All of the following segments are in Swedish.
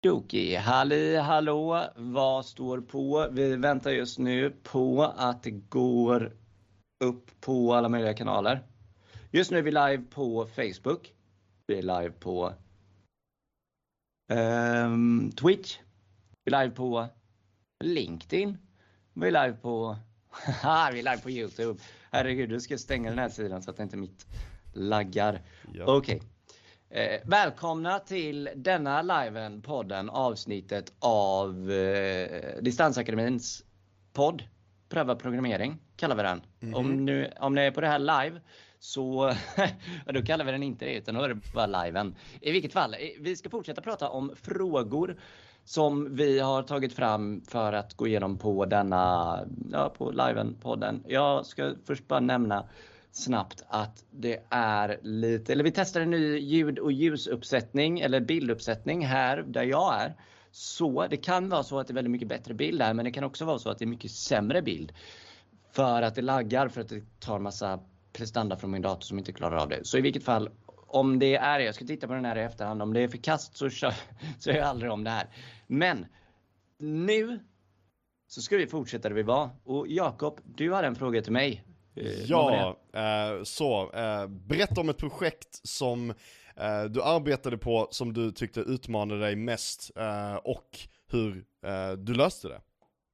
Doki, halli hallå, vad står på? Vi väntar just nu på att det går upp på alla möjliga kanaler. Just nu är vi live på Facebook. Vi är live på Twitch. Vi är live på LinkedIn. Vi är live på vi är live på YouTube. Herregud, du ska stänga den här sidan så att det inte mitt laggar. Ja. Okej. Välkomna till denna liven, podden, avsnittet av Distansakademins podd. Pröva programmering kallar vi den. Om ni är på det här live så då kallar vi den inte det, utan då är det bara liven. I vilket fall, vi ska fortsätta prata om frågor som vi har tagit fram för att gå igenom på denna, på liven-podden. Jag ska först bara nämna snabbt att det är lite, eller vi testar en ny ljud- och ljusuppsättning eller bilduppsättning här där jag är. Så det kan vara så att det är väldigt mycket bättre bild här, men det kan också vara så att det är mycket sämre bild. För att det laggar, för att det tar massa prestanda från min dator som inte klarar av det. Så i vilket fall, om det är, jag ska titta på den här i efterhand, om det är förkast så är jag aldrig om det här. Men nu så ska vi fortsätta där vi var. Och Jakob, du har en fråga till mig. Berätta om ett projekt som du arbetade på som du tyckte utmanade dig mest och hur du löste det.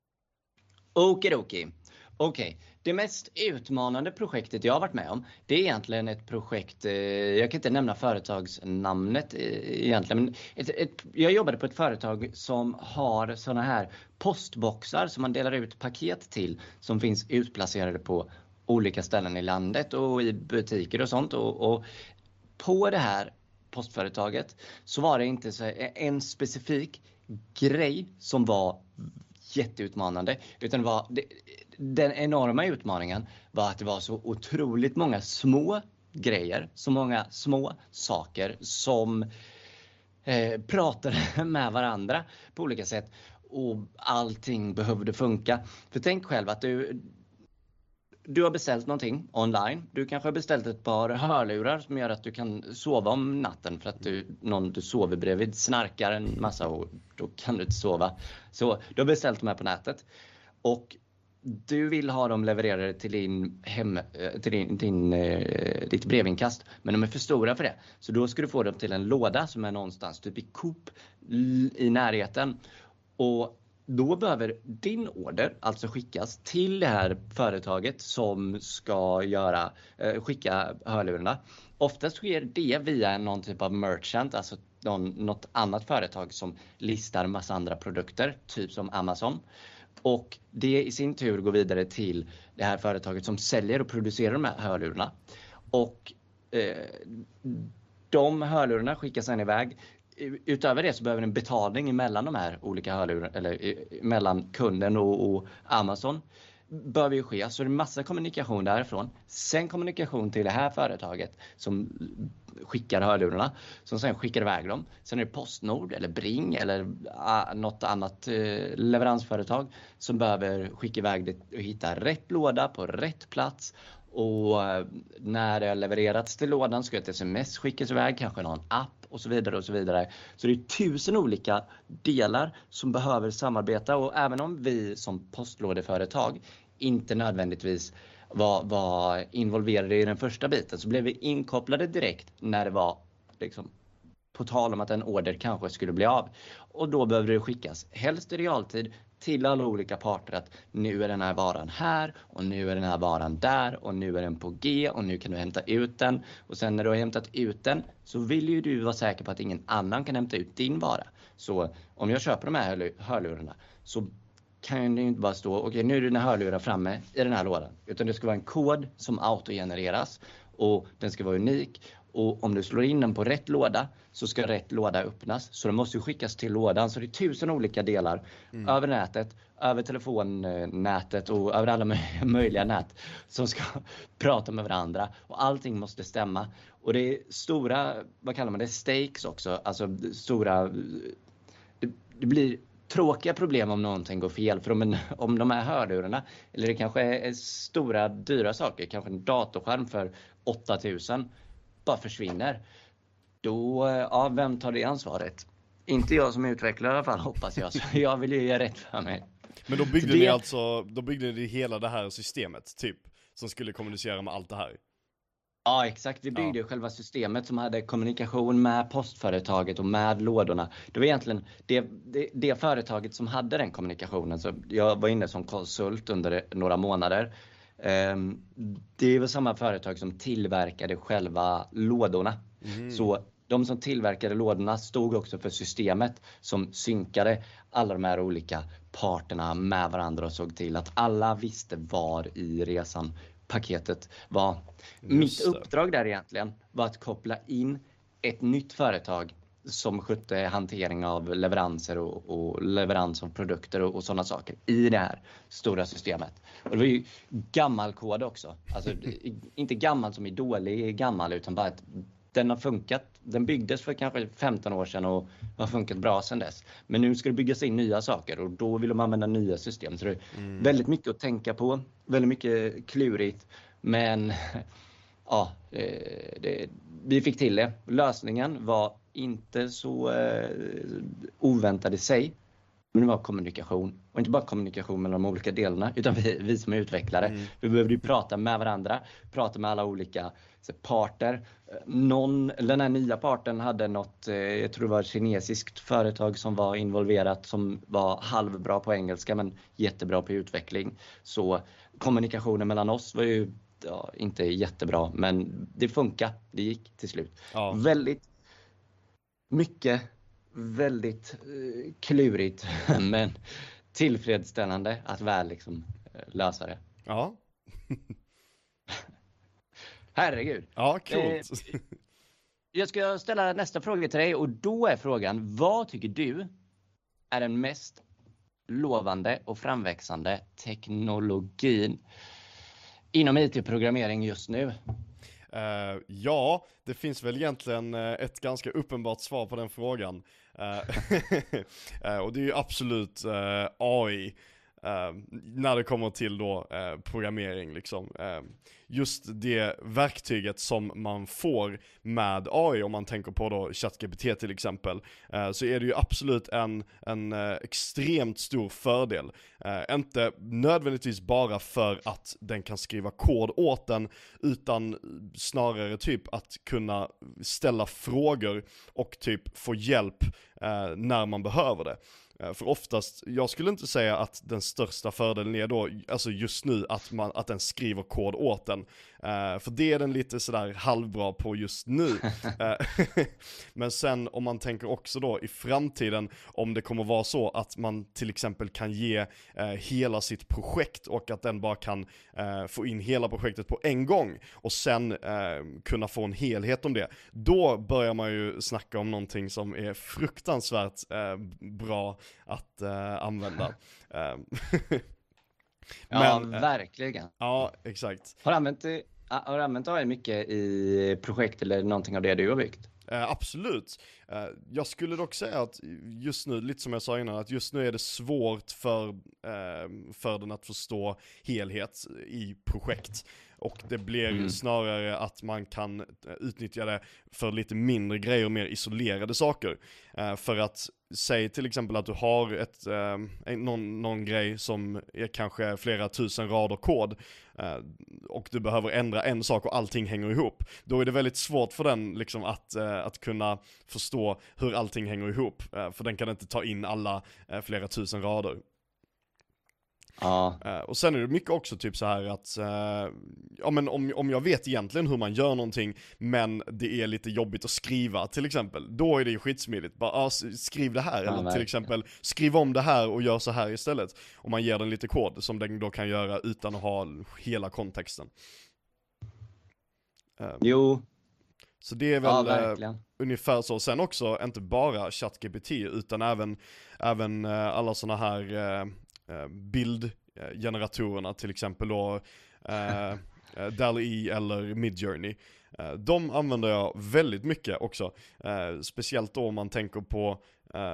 Okej. Det mest utmanande projektet jag har varit med om, det är egentligen ett projekt, jag kan inte nämna företagsnamnet egentligen, men jag jobbade på ett företag som har såna här postboxar som man delar ut paket till, som finns utplacerade på olika ställen i landet och i butiker och sånt. Och på det här postföretaget så var det inte så en specifik grej som var jätteutmanande, utan den enorma utmaningen var att det var så otroligt många små grejer, så många små saker som pratade med varandra på olika sätt, och allting behövde funka. För tänk själv att du har beställt någonting online. Du kanske har beställt ett par hörlurar som gör att du kan sova om natten för att någon du sover bredvid snarkar en massa och då kan du inte sova. Så du har beställt dem här på nätet och du vill ha dem levererade till ditt brevinkast, men de är för stora för det. Så då ska du få dem till en låda som är någonstans typ i Coop i närheten, och då behöver din order alltså skickas till det här företaget som ska skicka hörlurarna. Oftast sker det via någon typ av merchant, alltså något annat företag som listar massa andra produkter, typ som Amazon. Och det i sin tur går vidare till det här företaget som säljer och producerar de här hörlurarna. Och de hörlurarna skickas sedan iväg. Utöver det så behöver en betalning mellan de här olika hörlurarna, eller mellan kunden och Amazon behöver ju ske. Så det är massa kommunikation därifrån. Sen kommunikation till det här företaget som skickar hörlurarna, som sen skickar iväg dem. Sen är det Postnord eller Bring eller något annat leveransföretag som behöver skicka iväg det och hitta rätt låda på rätt plats. Och när det har levererats till lådan ska ett sms skickas iväg, kanske någon app och så vidare och så vidare. Så det är 1000 olika delar som behöver samarbeta, och även om vi som postlådeföretag inte nödvändigtvis var involverade i den första biten, så blev vi inkopplade direkt när det var liksom på tal om att en order kanske skulle bli av. Och då behöver det skickas helst i realtid till alla olika parter att nu är den här varan här och nu är den här varan där och nu är den på G och nu kan du hämta ut den. Och sen när du har hämtat ut den så vill ju du vara säker på att ingen annan kan hämta ut din vara. Så om jag köper de här hörlurarna så kan det inte bara stå okej, nu är den här hörluren framme i den här lådan. Utan det ska vara en kod som autogenereras och den ska vara unik. Och om du slår in den på rätt låda så ska rätt låda öppnas. Så den måste skickas till lådan. Så det är 1000 olika delar över nätet, över telefonnätet och över alla möjliga nät som ska prata med varandra. Och allting måste stämma. Och det är stora, vad kallar man det, stakes också. Alltså stora, det blir tråkiga problem om någonting går fel. För om de här hörlurarna, eller det kanske är stora dyra saker, kanske en datorskärm för 8000 bara försvinner. Då, vem tar det ansvaret? Inte jag som utvecklare i alla fall, hoppas jag. Så jag vill ju göra rätt för mig. Men då byggde ni hela det här systemet typ, som skulle kommunicera med allt det här. Ja, exakt. Vi byggde själva systemet som hade kommunikation med postföretaget och med lådorna. Det var egentligen det företaget som hade den kommunikationen. Så jag var inne som konsult under några månader. Det var samma företag som tillverkade själva lådorna. Så de som tillverkade lådorna stod också för systemet som synkade alla de här olika parterna med varandra och såg till att alla visste var i resan paketet var. Mitt uppdrag där egentligen var att koppla in ett nytt företag som skötte hantering av leveranser och leverans av produkter och sådana saker i det här stora systemet. Och det var ju gammal kod också. Alltså inte gammal som är dålig gammal, utan bara att den har funkat. Den byggdes för kanske 15 år sedan och har funkat bra sedan dess. Men nu ska det byggas in nya saker och då vill de använda nya system. Så det är väldigt mycket att tänka på. Väldigt mycket klurigt. Men ja, vi fick till det. Lösningen var inte så oväntad i sig. Men det var kommunikation. Och inte bara kommunikation mellan de olika delarna, utan vi som är utvecklare. Vi behövde ju prata med varandra. Prata med alla olika parter. Den här nya parten hade något, jag tror det var ett kinesiskt företag som var involverat, som var halvbra på engelska men jättebra på utveckling. Så kommunikationen mellan oss var ju inte jättebra, men det funkar. Det gick till slut. Ja. Väldigt klurigt men tillfredsställande att väl liksom lösa det. Ja. Herregud. Ja, coolt. Jag ska ställa nästa fråga till dig och då är frågan: vad tycker du är den mest lovande och framväxande teknologin inom IT-programmering just nu? Ja, det finns väl egentligen ett ganska uppenbart svar på den frågan. Och det är ju absolut AI. När det kommer till då programmering liksom. Just det verktyget som man får med AI, om man tänker på då ChatGPT till exempel, så är det ju absolut en extremt stor fördel. Inte nödvändigtvis bara för att den kan skriva kod åt den, utan snarare typ att kunna ställa frågor och typ få hjälp när man behöver det. För oftast, jag skulle inte säga att den största fördelen är då, alltså just nu, att den skriver kod åt den. För det är den lite sådär halvbra på just nu. Men sen om man tänker också då i framtiden, om det kommer vara så att man till exempel kan ge hela sitt projekt och att den bara kan få in hela projektet på en gång och sen kunna få en helhet om det. Då börjar man ju snacka om någonting som är fruktansvärt bra att använda. Ja, verkligen. Ja, exakt. Har du använt AI mycket i projekt eller någonting av det du har byggt? Absolut. Jag skulle dock säga att just nu, lite som jag sa innan, att just nu är det svårt för den att förstå helhet i projekt. Och det blir snarare att man kan utnyttja det för lite mindre grejer och mer isolerade saker. För att säg till exempel att du har någon grej som är kanske flera tusen rader kod och du behöver ändra en sak och allting hänger ihop. Då är det väldigt svårt för den liksom att kunna förstå hur allting hänger ihop. För den kan inte ta in alla flera tusen rader. Ja. Och sen är det mycket också typ så här att ja, men om jag vet egentligen hur man gör någonting, men det är lite jobbigt att skriva till exempel, då är det ju skitsmidigt. Bara skriv det här, eller till exempel skriv om det här och gör så här istället. Och man ger den lite kod som den då kan göra utan att ha hela kontexten. Jo. Så det är väl ungefär så. Sen också inte bara ChatGPT utan även alla såna här bildgeneratorerna, till exempel då DALL-E eller Midjourney. De använder jag väldigt mycket också. Speciellt då om man tänker på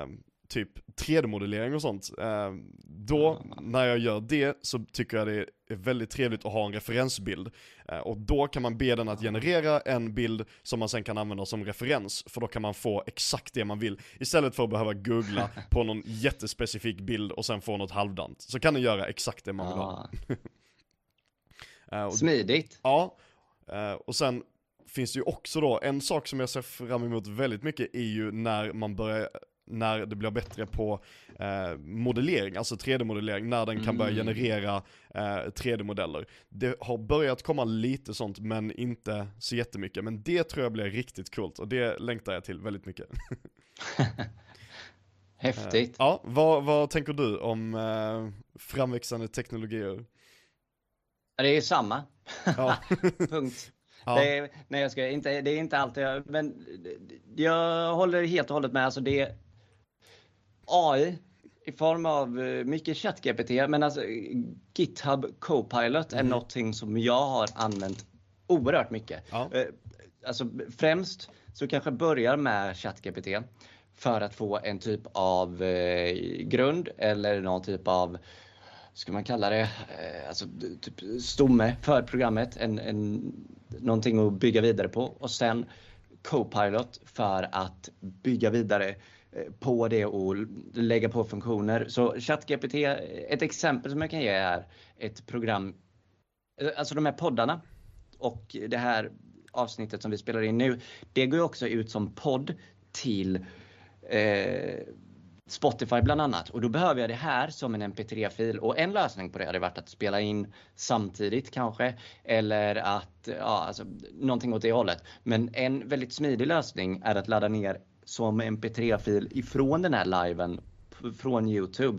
typ 3D-modellering och sånt. Då när jag gör det så tycker jag det är väldigt trevligt att ha en referensbild. Och då kan man be den att generera en bild som man sen kan använda som referens, för då kan man få exakt det man vill. Istället för att behöva googla på någon jättespecifik bild och sen få något halvdant, så kan den göra exakt det man vill ha. Smidigt. Ja, och sen finns det ju också då en sak som jag ser fram emot väldigt mycket, är ju när det blir bättre på modellering, alltså 3D-modellering, när den kan börja generera 3D-modeller. Det har börjat komma lite sånt, men inte så jättemycket. Men det tror jag blir riktigt coolt, och det längtar jag till väldigt mycket. Häftigt. Ja, vad tänker du om framväxande teknologier? Det är samma. Ja. Punkt. Ja. Det är inte alltid, men jag håller helt och hållet med. Alltså det är AI i form av mycket ChatGPT, men alltså GitHub Copilot är någonting som jag har använt oerhört mycket. Ja. Alltså främst så kanske börjar med ChatGPT för att få en typ av grund eller någon typ av, ska man kalla det, alltså typ stomme för programmet, någonting att bygga vidare på, och sen Copilot för att bygga vidare på det och lägga på funktioner. Så ChatGPT, ett exempel som jag kan ge är ett program, alltså de här poddarna och det här avsnittet som vi spelar in nu, det går ju också ut som podd till Spotify bland annat, och då behöver jag det här som en mp3-fil, och en lösning på det hade varit att spela in samtidigt kanske, eller att alltså någonting åt det hållet. Men en väldigt smidig lösning är att ladda ner som mp3-fil ifrån den här liven från YouTube.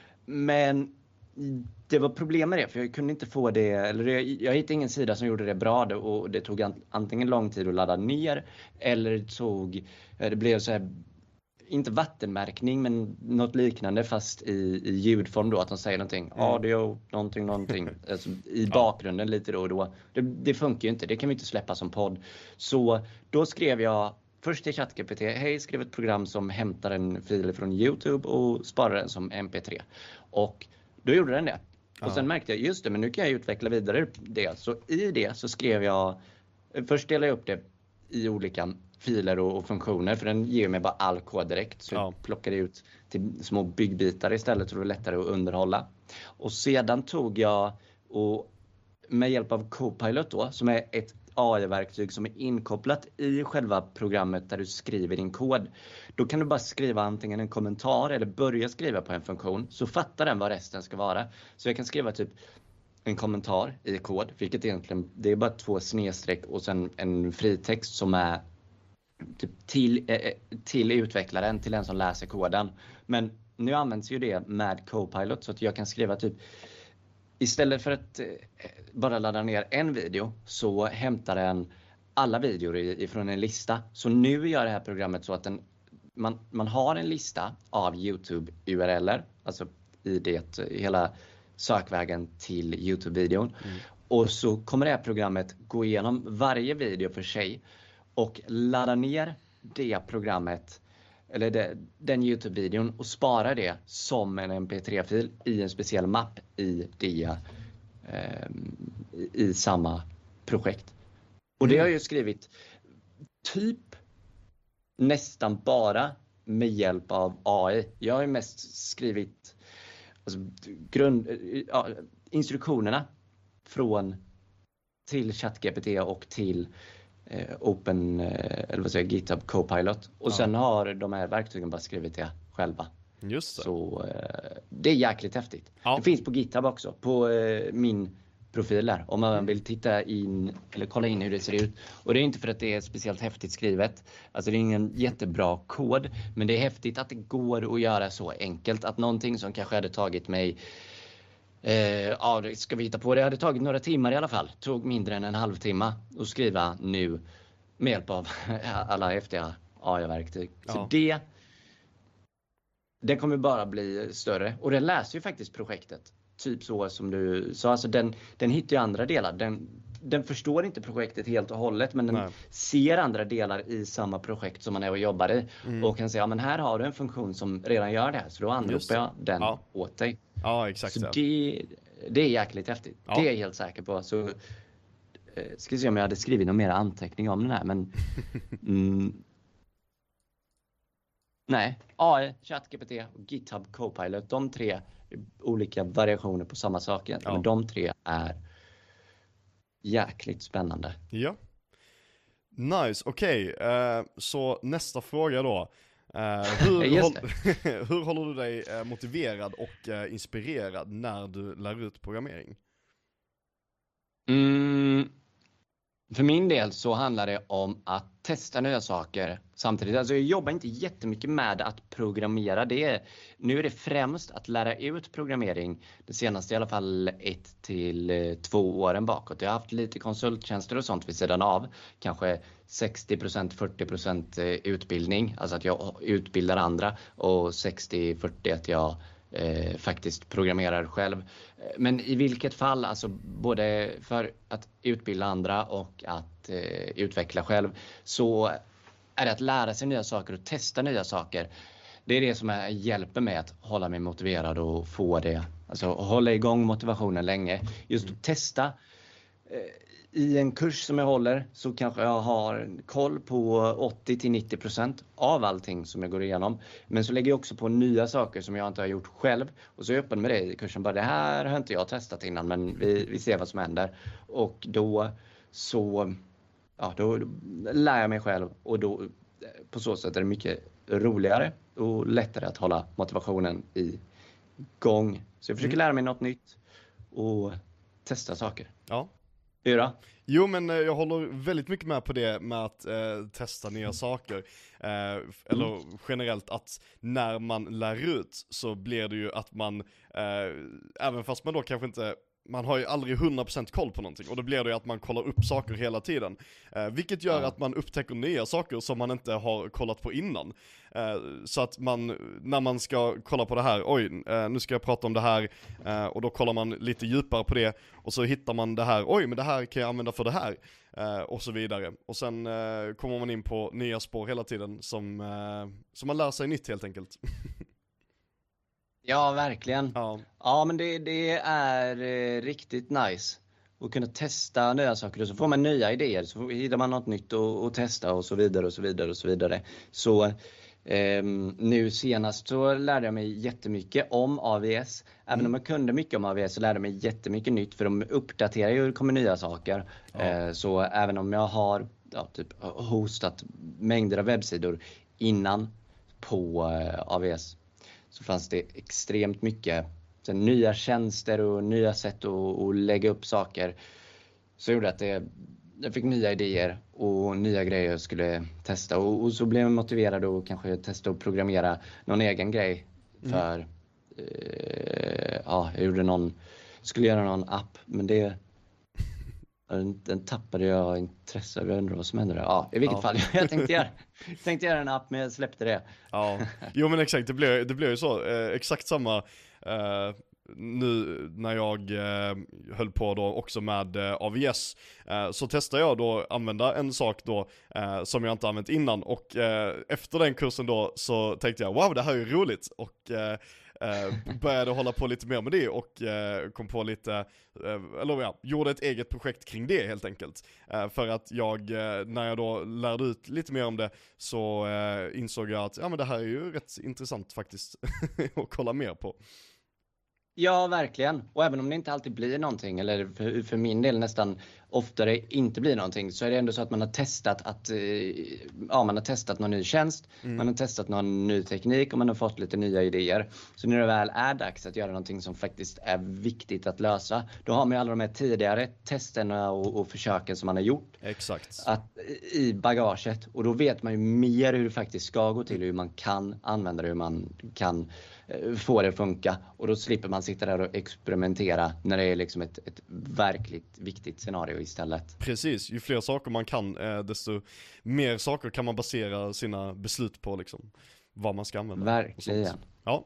Men det var problem med det, för jag kunde inte få det, eller jag hittade ingen sida som gjorde det bra, och det tog antingen lång tid att ladda ner, eller det blev så här, inte vattenmärkning, men något liknande, fast i ljudform då, att de säger någonting, audio, någonting alltså i bakgrunden lite då och då. Det funkar ju inte, det kan vi inte släppa som podd. Så då skrev jag först till ChatGPT, hej, skriv ett program som hämtar en fil från YouTube och sparar den som mp3. Och då gjorde den det. Och sen märkte jag, just det, men nu kan jag utveckla vidare det. Så i det så skrev jag, först delade jag upp det i olika filer och funktioner, för den ger mig bara all kod direkt, så jag plockade ut till små byggbitar istället, så det var lättare att underhålla. Och sedan tog jag, och med hjälp av Copilot då, som är ett AI-verktyg som är inkopplat i själva programmet där du skriver din kod, då kan du bara skriva antingen en kommentar eller börja skriva på en funktion, så fattar den vad resten ska vara. Så jag kan skriva typ en kommentar i kod, vilket egentligen, det är bara 2 snedstreck och sen en fritext som är typ till utvecklaren, till den som läser koden. Men nu används ju det med Copilot, så att jag kan skriva typ, istället för att bara ladda ner en video, så hämtar den alla videor ifrån en lista. Så nu gör det här programmet så att man har en lista av YouTube-URLer, alltså i det hela sökvägen till YouTube-videon. Och så kommer det här programmet gå igenom varje video för sig och ladda ner det programmet, eller den YouTube-videon, och spara det som en mp3-fil i en speciell mapp i samma projekt. Och det har jag ju skrivit typ nästan bara med hjälp av AI. Jag har ju mest skrivit alltså, instruktionerna till ChatGPT och till GitHub Copilot. Och sen har de här verktygen bara skrivit det själva. Just det. Så det är jäkligt häftigt. Ja. Det finns på GitHub också, på min profil där, om man vill titta in eller kolla in hur det ser ut. Och det är inte för att det är speciellt häftigt skrivet. Alltså det är ingen jättebra kod, men det är häftigt att det går att göra så enkelt. Att någonting som kanske hade tagit mig ska vi hitta på det, hade tagit några timmar i alla fall, tog mindre än en halvtimme att skriva nu med hjälp av alla häftiga AI-verktyg. Så det kommer bara bli större, och den läser ju faktiskt projektet typ så som du sa, alltså den hittar ju andra delar, den förstår inte projektet helt och hållet, men den ser andra delar i samma projekt som man är och jobbar i och kan säga, ja, men här har du en funktion som redan gör det här, så då anropar jag den åt dig. Ja, exakt. Så Det är jäkligt häftigt. Ja. Det är jag helt säker på. Så ska se om jag hade skrivit någon mer anteckning om den här. Men nej, AI, ChatGPT och GitHub Copilot. De 3 olika variationer på samma sak. Ja. Men de 3 är jäkligt spännande. Ja. Nice, okej. Så nästa fråga då. Hur håller du dig motiverad och inspirerad när du lär ut programmering? För min del så handlar det om att testa nya saker samtidigt. Alltså jag jobbar inte jättemycket med att programmera. Nu är det främst att lära ut programmering. Det senaste i alla fall 1 till 2 åren bakåt. Jag har haft lite konsulttjänster och sånt vid sidan av. Kanske 60%, 40% utbildning. Alltså att jag utbildar andra. Och 60-40 att jag faktiskt programmerar själv. Men i vilket fall, alltså både för att utbilda andra och att utveckla själv, så är det att lära sig nya saker och testa nya saker. Det är det som hjälper mig att hålla mig motiverad och få det, alltså hålla igång motivationen länge. Just att testa. I en kurs som jag håller så kanske jag har koll på 80-90% av allting som jag går igenom. Men så lägger jag också på nya saker som jag inte har gjort själv. Och så är jag öppen med det i kursen. Bara det här har inte jag testat innan, men vi ser vad som händer. Och då lär jag mig själv. Och då på så sätt är det mycket roligare och lättare att hålla motivationen igång. Så jag försöker lära mig något nytt och testa saker. Ja. Hur? Jo, men jag håller väldigt mycket med på det med att testa nya saker. Eller generellt att när man lär ut så blir det ju att man, även fast man då kanske inte, man har ju aldrig 100% koll på någonting. Och då blir det ju att man kollar upp saker hela tiden. Vilket gör att man upptäcker nya saker som man inte har kollat på innan. Så att man, när man ska kolla på det här, nu ska jag prata om det här. Och då kollar man lite djupare på det. Och så hittar man det här, men det här kan jag använda för det här. Och så vidare. Och sen kommer man in på nya spår hela tiden som man lär sig nytt helt enkelt. Ja, verkligen. Ja. Ja, men det är riktigt nice att kunna testa nya saker. Och så får man nya idéer, så hittar man något nytt och testa och så vidare och så vidare och så vidare. Så nu senast så lärde jag mig jättemycket om AWS. Även om jag kunde mycket om AWS så lärde jag mig jättemycket nytt, för de uppdaterar ju och kommer nya saker. Så även om jag har typ hostat mängder av webbsidor innan på AWS, så fanns det extremt mycket nya tjänster och nya sätt att lägga upp saker. Så gjorde att jag fick nya idéer och nya grejer jag skulle testa. Och så blev jag motiverad att kanske testa att programmera någon egen grej. För jag skulle göra någon app, men den tappade jag intresse av. Jag undrar vad som hände där. Ja, i vilket fall. Jag tänkte göra en app, men jag släppte det. Ja, jo men exakt, det blev ju så. Exakt samma nu när jag höll på då också med AWS, så testade jag då använda en sak då som jag inte använt innan. Och efter den kursen då så tänkte jag, wow, det här är ju roligt. Och började hålla på lite mer med det och kom på lite, gjorde ett eget projekt kring det helt enkelt. För att när jag då lärde ut lite mer om det, så insåg jag att men det här är ju rätt intressant faktiskt att kolla mer på. Ja, verkligen. Och även om det inte alltid blir någonting, eller för min del nästan oftare inte blir någonting, så är det ändå så att man har testat man har testat någon ny tjänst, man har testat någon ny teknik och man har fått lite nya idéer. Så när det väl är dags att göra någonting som faktiskt är viktigt att lösa, då har man ju alla de här tidigare testerna och försöken som man har gjort. Exakt. I bagaget. Och då vet man ju mer hur det faktiskt ska gå till, hur man kan använda det, hur man kan få det att funka. Och då slipper man sitta där och experimentera när det är liksom ett verkligt viktigt scenario istället. Precis, ju fler saker man kan, desto mer saker kan man basera sina beslut på liksom. Vad man ska använda. Verkligen. Ja.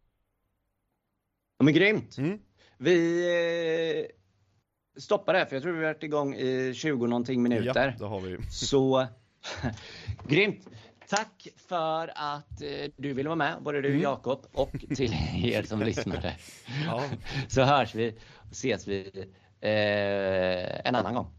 Men grymt. Vi stoppar det, för jag tror vi har varit igång i 20 någonting minuter. Ja, det har vi. Så grymt. Tack för att du ville vara med, både du Jakob och till er som lyssnade. Ja. Så hörs vi och ses vi en annan gång.